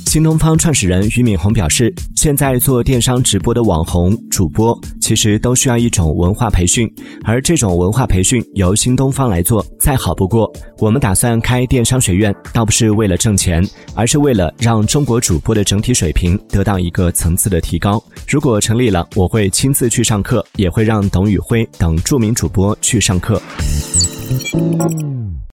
新东方创始人俞敏洪表示，现在做电商直播的网红、主播，其实都需要一种文化培训，而这种文化培训由新东方来做，再好不过。我们打算开电商学院，倒不是为了挣钱，而是为了让中国主播的整体水平得到一个层次的提高。如果成立了，我会亲自去上课，也会让董宇辉等著名主播去上课。